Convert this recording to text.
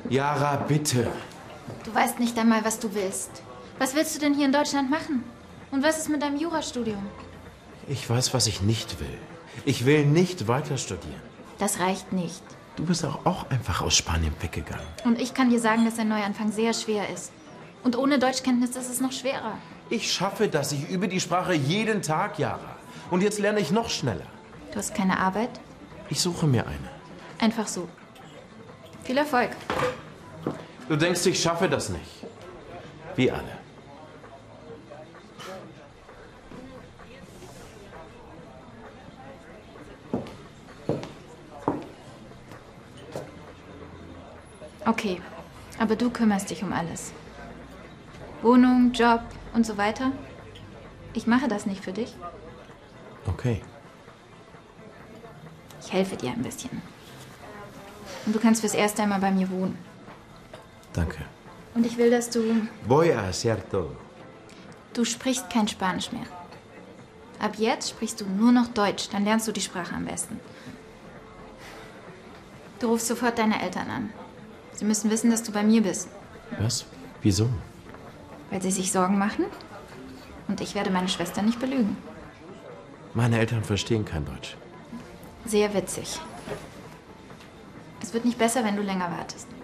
Yara, bitte. Du weißt nicht einmal, was du willst. Was willst du denn hier in Deutschland machen? Und was ist mit deinem Jurastudium? Ich weiß, was ich nicht will. Ich will nicht weiter studieren. Das reicht nicht. Du bist auch einfach aus Spanien weggegangen. Und ich kann dir sagen, dass ein Neuanfang sehr schwer ist. Und ohne Deutschkenntnis ist es noch schwerer. Ich schaffe das. Ich übe die Sprache jeden Tag, Yara. Und jetzt lerne ich noch schneller. Du hast keine Arbeit? Ich suche mir eine. Einfach so. Viel Erfolg. Du denkst, ich schaffe das nicht. Wie alle. Okay, aber du kümmerst dich um alles. Wohnung, Job und so weiter. Ich mache das nicht für dich. Okay. Ich helfe dir ein bisschen. Und du kannst fürs erste einmal bei mir wohnen. Danke. Und ich will, dass du... Voy a hacer todo. Du sprichst kein Spanisch mehr. Ab jetzt sprichst du nur noch Deutsch, dann lernst du die Sprache am besten. Du rufst sofort deine Eltern an. Sie müssen wissen, dass du bei mir bist. Was? Wieso? Weil sie sich Sorgen machen. Und ich werde meine Schwester nicht belügen. Meine Eltern verstehen kein Deutsch. Sehr witzig. Es wird nicht besser, wenn du länger wartest.